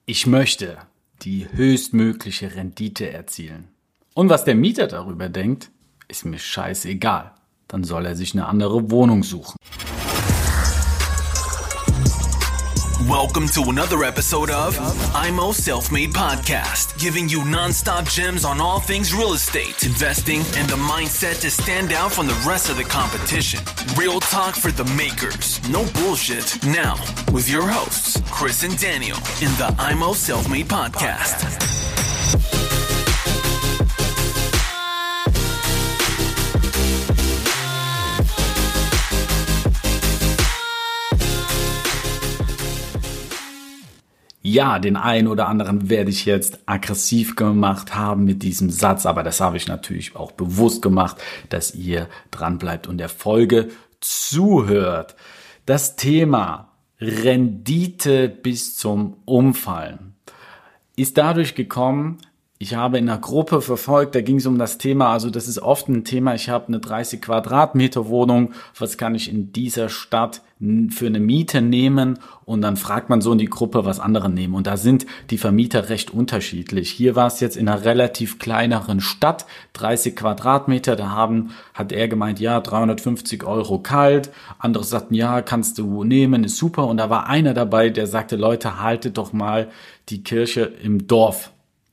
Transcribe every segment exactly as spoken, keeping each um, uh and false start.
Ich möchte die höchstmögliche Rendite erzielen. Und was der Mieter darüber denkt, ist mir scheißegal. Dann soll er sich eine andere Wohnung suchen. Welcome to another episode of I M O Self-Made Podcast, giving you non-stop gems on all things real estate, investing, and the mindset to stand out from the rest of the competition. Real talk for the makers, no bullshit. Now, with your hosts, Chris and Daniel, in the I M O Self-Made Podcast. Ja, den einen oder anderen werde ich jetzt aggressiv gemacht haben mit diesem Satz, aber das habe ich natürlich auch bewusst gemacht, dass ihr dran bleibt und der Folge zuhört. Das Thema Rendite bis zum Umfallen ist dadurch gekommen, ich habe in einer Gruppe verfolgt, da ging es um das Thema, also das ist oft ein Thema, ich habe eine dreißig Quadratmeter Wohnung, was kann ich in dieser Stadt für eine Miete nehmen? Und dann fragt man so in die Gruppe, was andere nehmen. Und da sind die Vermieter recht unterschiedlich. Hier war es jetzt in einer relativ kleineren Stadt, dreißig Quadratmeter, da haben, hat er gemeint, ja, dreihundertfünfzig Euro kalt. Andere sagten, ja, kannst du nehmen, ist super. Und da war einer dabei, der sagte, Leute, haltet doch mal die Kirche im Dorf.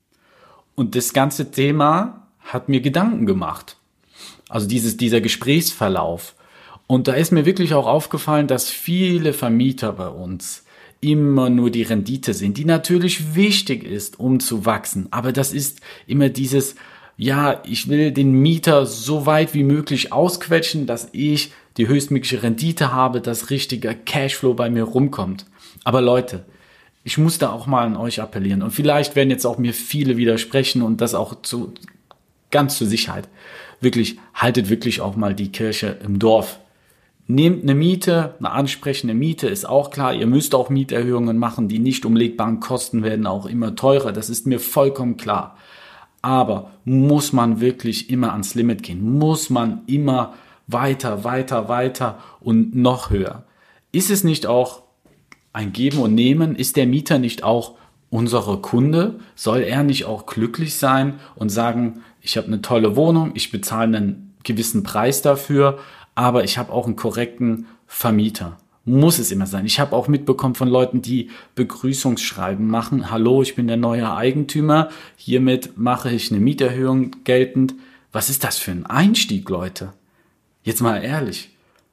Und das ganze Thema hat mir Gedanken gemacht. Also dieses, dieser Gesprächsverlauf. Und da ist mir wirklich auch aufgefallen, dass viele Vermieter bei uns immer nur die Rendite sehen, die natürlich wichtig ist, um zu wachsen. Aber das ist immer dieses, ja, ich will den Mieter so weit wie möglich ausquetschen, dass ich die höchstmögliche Rendite habe, dass richtiger Cashflow bei mir rumkommt. Aber Leute, ich muss da auch mal an euch appellieren. Und vielleicht werden jetzt auch mir viele widersprechen und das auch zu, ganz zur Sicherheit. Wirklich, haltet wirklich auch mal die Kirche im Dorf. Nehmt eine Miete, eine ansprechende Miete, ist auch klar. Ihr müsst auch Mieterhöhungen machen. Die nicht umlegbaren Kosten werden auch immer teurer. Das ist mir vollkommen klar. Aber muss man wirklich immer ans Limit gehen? Muss man immer weiter, weiter, weiter und noch höher? Ist es nicht auch ein Geben und Nehmen? Ist der Mieter nicht auch unsere Kunde? Soll er nicht auch glücklich sein und sagen, ich habe eine tolle Wohnung, ich bezahle einen gewissen Preis dafür, aber ich habe auch einen korrekten Vermieter? Muss es immer sein. Ich habe auch mitbekommen von Leuten, die Begrüßungsschreiben machen. Hallo, ich bin der neue Eigentümer. Hiermit mache ich eine Mieterhöhung geltend. Was ist das für ein Einstieg, Leute? Jetzt mal ehrlich.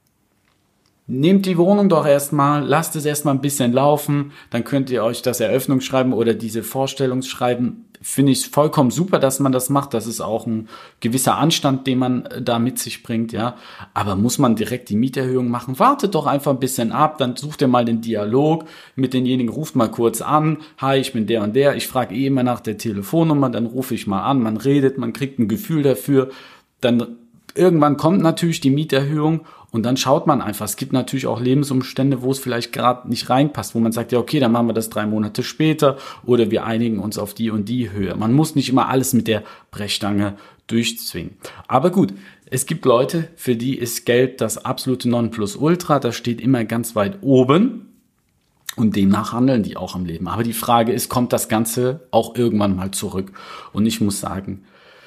Nehmt die Wohnung doch erstmal, lasst es erstmal ein bisschen laufen, dann könnt ihr euch das Eröffnungsschreiben oder diese Vorstellungsschreiben, finde ich vollkommen super, dass man das macht. Das ist auch ein gewisser Anstand, den man da mit sich bringt, ja. Aber muss man direkt die Mieterhöhung machen? Wartet doch einfach ein bisschen ab, dann sucht ihr mal den Dialog mit denjenigen, ruft mal kurz an. Hi, ich bin der und der, ich frage eh immer nach der Telefonnummer, dann rufe ich mal an, man redet, man kriegt ein Gefühl dafür, dann irgendwann kommt natürlich die Mieterhöhung und dann schaut man einfach. Es gibt natürlich auch Lebensumstände, wo es vielleicht gerade nicht reinpasst, wo man sagt, ja okay, dann machen wir das drei Monate später oder wir einigen uns auf die und die Höhe. Man muss nicht immer alles mit der Brechstange durchzwingen. Aber gut, es gibt Leute, für die ist Geld das absolute Nonplusultra, das steht immer ganz weit oben und demnach handeln die auch am Leben. Aber die Frage ist, kommt das Ganze auch irgendwann mal zurück? Und ich muss sagen,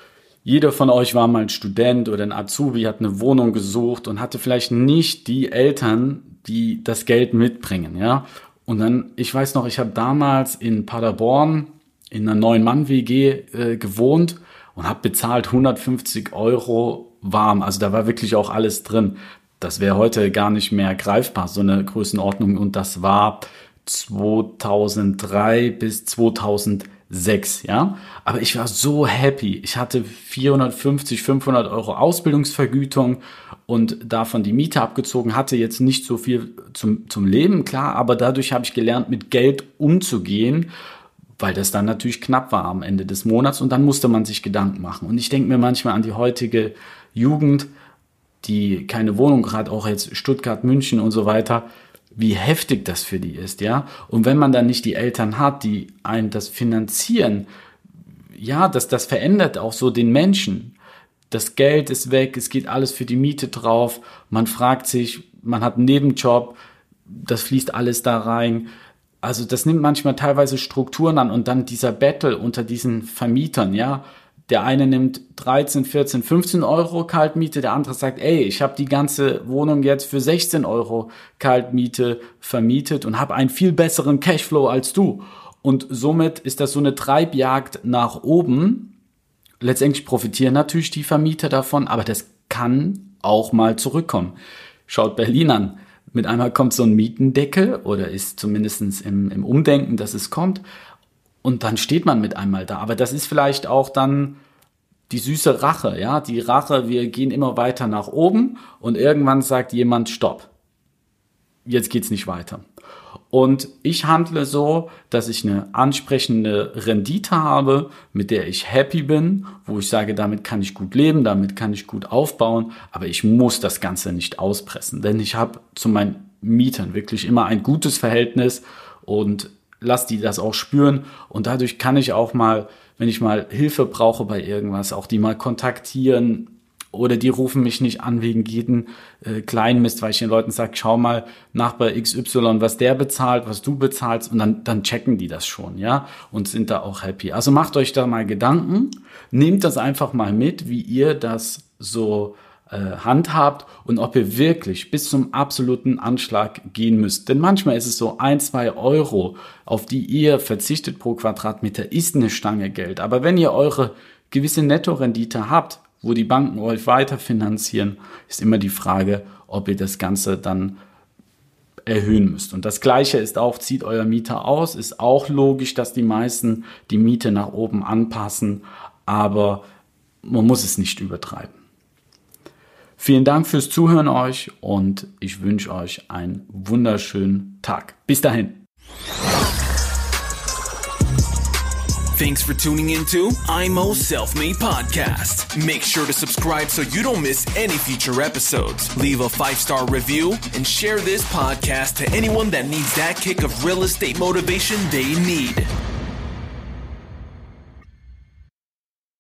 jeder von euch war mal ein Student oder ein Azubi, hat eine Wohnung gesucht und hatte vielleicht nicht die Eltern, die das Geld mitbringen, ja. Und dann, ich weiß noch, ich habe damals in Paderborn in einer Neun-Mann-W G äh, gewohnt und habe bezahlt hundertfünfzig Euro warm. Also da war wirklich auch alles drin. Das wäre heute gar nicht mehr greifbar, so eine Größenordnung. Und das war zweitausenddrei bis zweitausendsechs. Sechs, ja. Aber ich war so happy. Ich hatte vierhundertfünfzig, fünfhundert Euro Ausbildungsvergütung und davon die Miete abgezogen, hatte jetzt nicht so viel zum, zum Leben, klar, aber dadurch habe ich gelernt, mit Geld umzugehen, weil das dann natürlich knapp war am Ende des Monats und dann musste man sich Gedanken machen. Und ich denke mir manchmal an die heutige Jugend, die keine Wohnung hat, auch jetzt Stuttgart, München und so weiter, wie heftig das für die ist, ja. Und wenn man dann nicht die Eltern hat, die einen das finanzieren, ja, das, das verändert auch so den Menschen. Das Geld ist weg, es geht alles für die Miete drauf, man fragt sich, man hat einen Nebenjob, das fließt alles da rein. Also das nimmt manchmal teilweise Strukturen an und dann dieser Battle unter diesen Vermietern, ja. Der eine nimmt dreizehn, vierzehn, fünfzehn Euro Kaltmiete, der andere sagt, ey, ich habe die ganze Wohnung jetzt für sechzehn Euro Kaltmiete vermietet und habe einen viel besseren Cashflow als du. Und somit ist das so eine Treibjagd nach oben. Letztendlich profitieren natürlich die Vermieter davon, aber das kann auch mal zurückkommen. Schaut Berlin an. Mit einmal kommt so ein Mietendeckel oder ist zumindest im, im Umdenken, dass es kommt. Und dann steht man mit einmal da. Aber das ist vielleicht auch dann die süße Rache, ja. Die Rache, wir gehen immer weiter nach oben und irgendwann sagt jemand, stopp. Jetzt geht's nicht weiter. Und ich handle so, dass ich eine ansprechende Rendite habe, mit der ich happy bin, wo ich sage, damit kann ich gut leben, damit kann ich gut aufbauen, aber ich muss das Ganze nicht auspressen, denn ich habe zu meinen Mietern wirklich immer ein gutes Verhältnis und lass die das auch spüren und dadurch kann ich auch mal, wenn ich mal Hilfe brauche bei irgendwas, auch die mal kontaktieren oder die rufen mich nicht an wegen jeden äh, Kleinmist, weil ich den Leuten sage, schau mal nach bei X Y, was der bezahlt, was du bezahlst und dann, dann checken die das schon, ja, und sind da auch happy. Also macht euch da mal Gedanken, nehmt das einfach mal mit, wie ihr das so handhabt und ob ihr wirklich bis zum absoluten Anschlag gehen müsst. Denn manchmal ist es so, ein, zwei Euro, auf die ihr verzichtet pro Quadratmeter, ist eine Stange Geld. Aber wenn ihr eure gewisse Nettorendite habt, wo die Banken euch weiter finanzieren, ist immer die Frage, ob ihr das Ganze dann erhöhen müsst. Und das Gleiche ist auch, zieht euer Mieter aus, ist auch logisch, dass die meisten die Miete nach oben anpassen, aber man muss es nicht übertreiben. Vielen Dank fürs Zuhören euch und ich wünsche euch einen wunderschönen Tag. Bis dahin. Thanks for tuning into I M O Self-Made Podcast. Make sure to subscribe so you don't miss any future episodes. Leave a five-star review and share this podcast to anyone that needs that kick of real estate motivation they need.